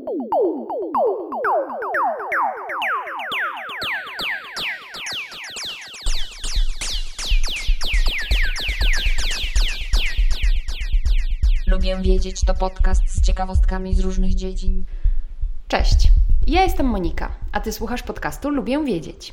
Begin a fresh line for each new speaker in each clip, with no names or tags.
Lubię wiedzieć to podcast z ciekawostkami z różnych dziedzin.
Cześć, ja jestem Monika, a Ty słuchasz podcastu Lubię wiedzieć.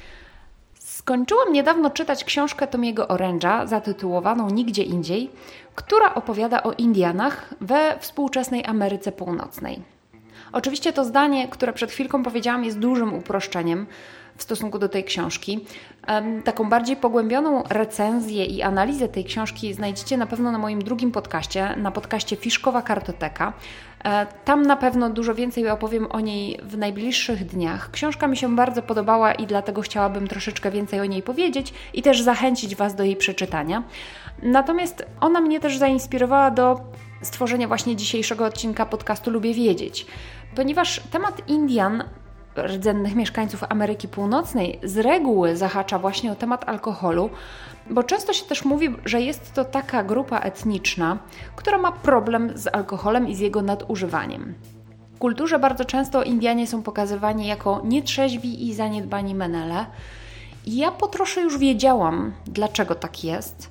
Skończyłam niedawno czytać książkę Tomiego Orange'a zatytułowaną Nigdzie indziej, która opowiada o Indianach we współczesnej Ameryce Północnej. Oczywiście to zdanie, które przed chwilką powiedziałam, jest dużym uproszczeniem w stosunku do tej książki. Taką bardziej pogłębioną recenzję i analizę tej książki znajdziecie na pewno na moim drugim podcaście, na podcaście Fiszkowa Kartoteka. Tam na pewno dużo więcej opowiem o niej w najbliższych dniach. Książka mi się bardzo podobała i dlatego chciałabym troszeczkę więcej o niej powiedzieć i też zachęcić Was do jej przeczytania. Natomiast ona mnie też zainspirowała do stworzenia właśnie dzisiejszego odcinka podcastu Lubię Wiedzieć, ponieważ temat Indian, rdzennych mieszkańców Ameryki Północnej, z reguły zahacza właśnie o temat alkoholu, bo często się też mówi, że jest to taka grupa etniczna, która ma problem z alkoholem i z jego nadużywaniem. W kulturze bardzo często Indianie są pokazywani jako nietrzeźwi i zaniedbani menele. I ja po trosze już wiedziałam, dlaczego tak jest,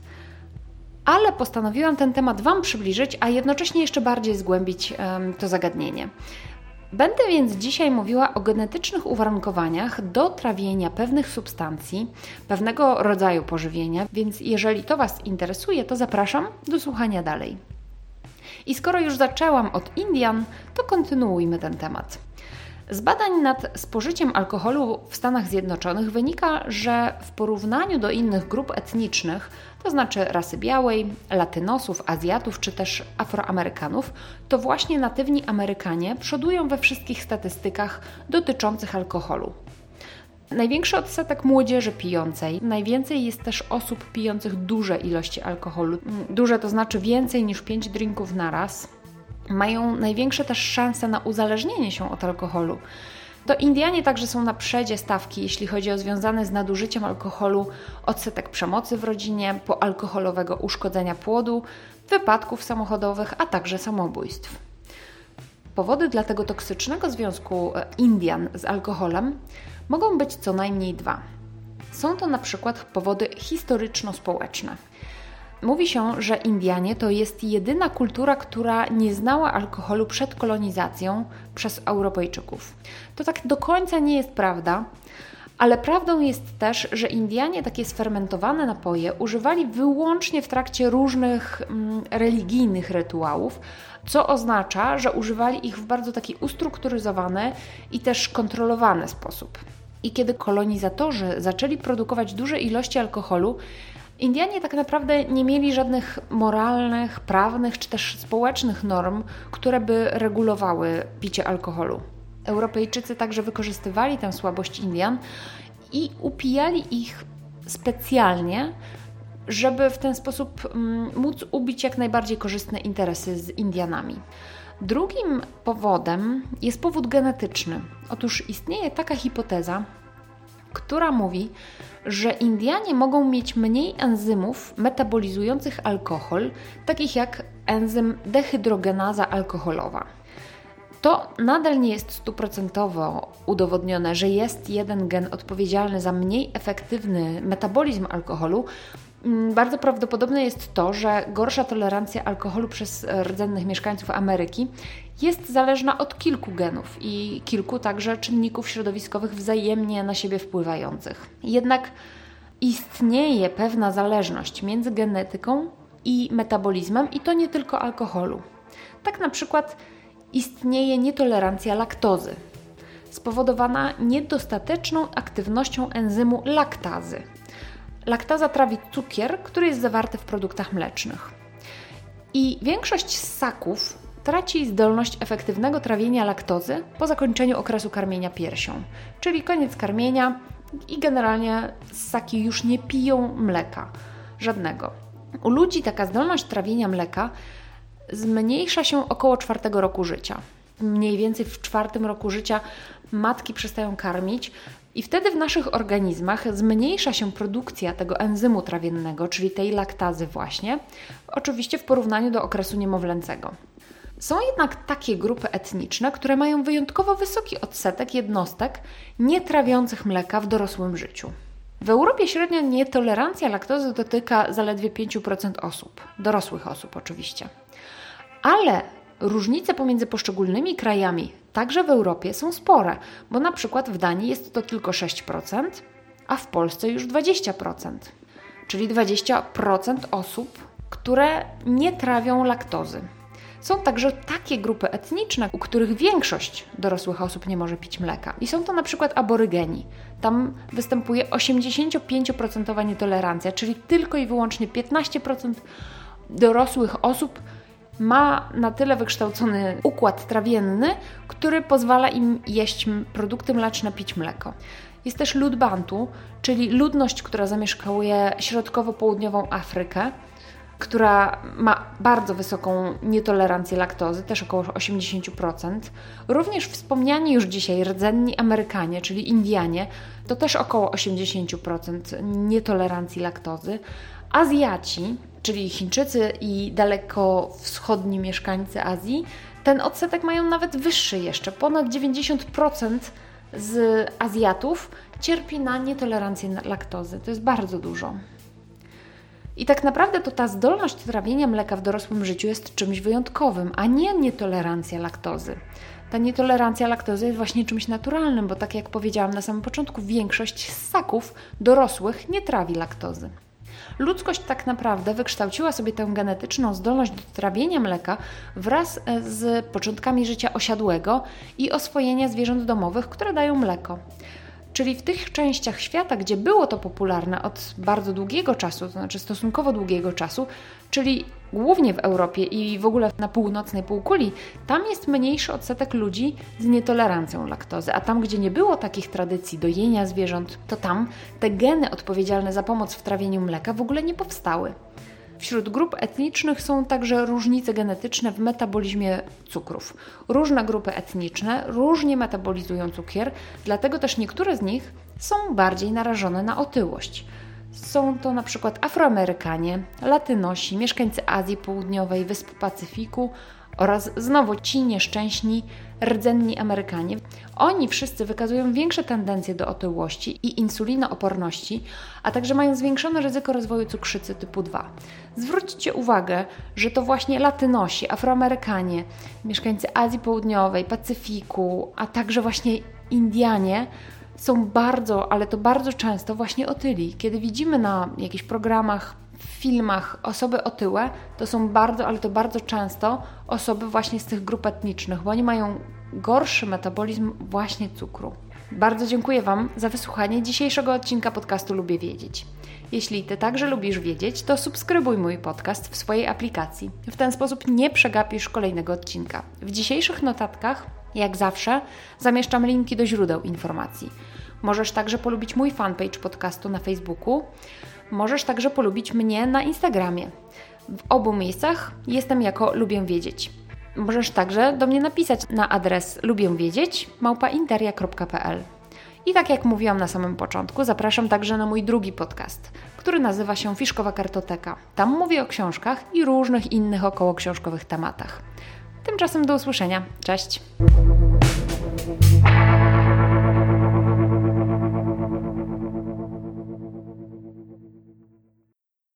ale postanowiłam ten temat Wam przybliżyć, a jednocześnie jeszcze bardziej zgłębić to zagadnienie. Będę więc dzisiaj mówiła o genetycznych uwarunkowaniach do trawienia pewnych substancji, pewnego rodzaju pożywienia, więc jeżeli to Was interesuje, to zapraszam do słuchania dalej. I skoro już zaczęłam od Indian, to kontynuujmy ten temat. Z badań nad spożyciem alkoholu w Stanach Zjednoczonych wynika, że w porównaniu do innych grup etnicznych, to znaczy rasy białej, latynosów, Azjatów czy też Afroamerykanów, to właśnie natywni Amerykanie przodują we wszystkich statystykach dotyczących alkoholu. Największy odsetek młodzieży pijącej, najwięcej jest też osób pijących duże ilości alkoholu. Duże to znaczy więcej niż 5 drinków na raz. Mają największe też szanse na uzależnienie się od alkoholu. To Indianie także są na przedzie stawki, jeśli chodzi o związane z nadużyciem alkoholu odsetek przemocy w rodzinie, poalkoholowego uszkodzenia płodu, wypadków samochodowych, a także samobójstw. Powody dla tego toksycznego związku Indian z alkoholem mogą być co najmniej dwa. Są to na przykład powody historyczno-społeczne. Mówi się, że Indianie to jest jedyna kultura, która nie znała alkoholu przed kolonizacją przez Europejczyków. To tak do końca nie jest prawda, ale prawdą jest też, że Indianie takie sfermentowane napoje używali wyłącznie w trakcie różnych religijnych rytuałów, co oznacza, że używali ich w bardzo taki ustrukturyzowany i też kontrolowany sposób. I kiedy kolonizatorzy zaczęli produkować duże ilości alkoholu, Indianie tak naprawdę nie mieli żadnych moralnych, prawnych czy też społecznych norm, które by regulowały picie alkoholu. Europejczycy także wykorzystywali tę słabość Indian i upijali ich specjalnie, żeby w ten sposób móc ubić jak najbardziej korzystne interesy z Indianami. Drugim powodem jest powód genetyczny. Otóż istnieje taka hipoteza, która mówi, że Indianie mogą mieć mniej enzymów metabolizujących alkohol, takich jak enzym dehydrogenaza alkoholowa. To nadal nie jest 100% udowodnione, że jest jeden gen odpowiedzialny za mniej efektywny metabolizm alkoholu. Bardzo prawdopodobne jest to, że gorsza tolerancja alkoholu przez rdzennych mieszkańców Ameryki jest zależna od kilku genów i kilku także czynników środowiskowych wzajemnie na siebie wpływających. Jednak istnieje pewna zależność między genetyką i metabolizmem i to nie tylko alkoholu. Tak na przykład istnieje nietolerancja laktozy, spowodowana niedostateczną aktywnością enzymu laktazy. Laktaza trawi cukier, który jest zawarty w produktach mlecznych. I większość ssaków traci zdolność efektywnego trawienia laktozy po zakończeniu okresu karmienia piersią, czyli koniec karmienia i generalnie ssaki już nie piją mleka, żadnego. U ludzi taka zdolność trawienia mleka zmniejsza się około 4 roku życia. Mniej więcej w 4 roku życia matki przestają karmić i wtedy w naszych organizmach zmniejsza się produkcja tego enzymu trawiennego, czyli tej laktazy właśnie, oczywiście w porównaniu do okresu niemowlęcego. Są jednak takie grupy etniczne, które mają wyjątkowo wysoki odsetek jednostek nietrawiących mleka w dorosłym życiu. W Europie średnia nietolerancja laktozy dotyka zaledwie 5% osób, dorosłych osób oczywiście. Ale różnice pomiędzy poszczególnymi krajami, także w Europie, są spore, bo na przykład w Danii jest to tylko 6%, a w Polsce już 20%. Czyli 20% osób, które nie trawią laktozy. Są także takie grupy etniczne, u których większość dorosłych osób nie może pić mleka. I są to na przykład aborygeni. Tam występuje 85% nietolerancja, czyli tylko i wyłącznie 15% dorosłych osób ma na tyle wykształcony układ trawienny, który pozwala im jeść produkty mleczne, pić mleko. Jest też lud Bantu, czyli ludność, która zamieszkuje środkowo-południową Afrykę, która ma bardzo wysoką nietolerancję laktozy, też około 80%. Również wspomniani już dzisiaj rdzenni Amerykanie, czyli Indianie, to też około 80% nietolerancji laktozy. Azjaci, czyli Chińczycy i dalekowschodni mieszkańcy Azji, ten odsetek mają nawet wyższy jeszcze. Ponad 90% z Azjatów cierpi na nietolerancję laktozy. To jest bardzo dużo. I tak naprawdę to ta zdolność trawienia mleka w dorosłym życiu jest czymś wyjątkowym, a nie nietolerancja laktozy. Ta nietolerancja laktozy jest właśnie czymś naturalnym, bo tak jak powiedziałam na samym początku, większość ssaków dorosłych nie trawi laktozy. Ludzkość tak naprawdę wykształciła sobie tę genetyczną zdolność do trawienia mleka wraz z początkami życia osiadłego i oswojenia zwierząt domowych, które dają mleko. Czyli w tych częściach świata, gdzie było to popularne od bardzo długiego czasu, to znaczy stosunkowo długiego czasu, czyli głównie w Europie i w ogóle na północnej półkuli, tam jest mniejszy odsetek ludzi z nietolerancją laktozy, a tam, gdzie nie było takich tradycji dojenia zwierząt, to tam te geny odpowiedzialne za pomoc w trawieniu mleka w ogóle nie powstały. Wśród grup etnicznych są także różnice genetyczne w metabolizmie cukrów. Różne grupy etniczne różnie metabolizują cukier, dlatego też niektóre z nich są bardziej narażone na otyłość. Są to na przykład Afroamerykanie, Latynosi, mieszkańcy Azji Południowej, Wysp Pacyfiku oraz znowu ci nieszczęśni rdzenni Amerykanie. Oni wszyscy wykazują większe tendencje do otyłości i insulinooporności, a także mają zwiększone ryzyko rozwoju cukrzycy typu 2. Zwróćcie uwagę, że to właśnie Latynosi, Afroamerykanie, mieszkańcy Azji Południowej, Pacyfiku, a także właśnie Indianie są bardzo, ale to bardzo często właśnie otyli. Kiedy widzimy na jakichś programach, w filmach osoby otyłe, to są bardzo, ale to bardzo często osoby właśnie z tych grup etnicznych, bo oni mają gorszy metabolizm właśnie cukru. Bardzo dziękuję Wam za wysłuchanie dzisiejszego odcinka podcastu Lubię Wiedzieć. Jeśli Ty także lubisz wiedzieć, to subskrybuj mój podcast w swojej aplikacji. W ten sposób nie przegapisz kolejnego odcinka. W dzisiejszych notatkach, jak zawsze, zamieszczam linki do źródeł informacji. Możesz także polubić mój fanpage podcastu na Facebooku. Możesz także polubić mnie na Instagramie. W obu miejscach jestem jako Lubię Wiedzieć. Możesz także do mnie napisać na adres lubięwiedzieć@interia.pl. I tak jak mówiłam na samym początku, zapraszam także na mój drugi podcast, który nazywa się Fiszkowa Kartoteka. Tam mówię o książkach i różnych innych okołoksiążkowych tematach. Tymczasem do usłyszenia. Cześć!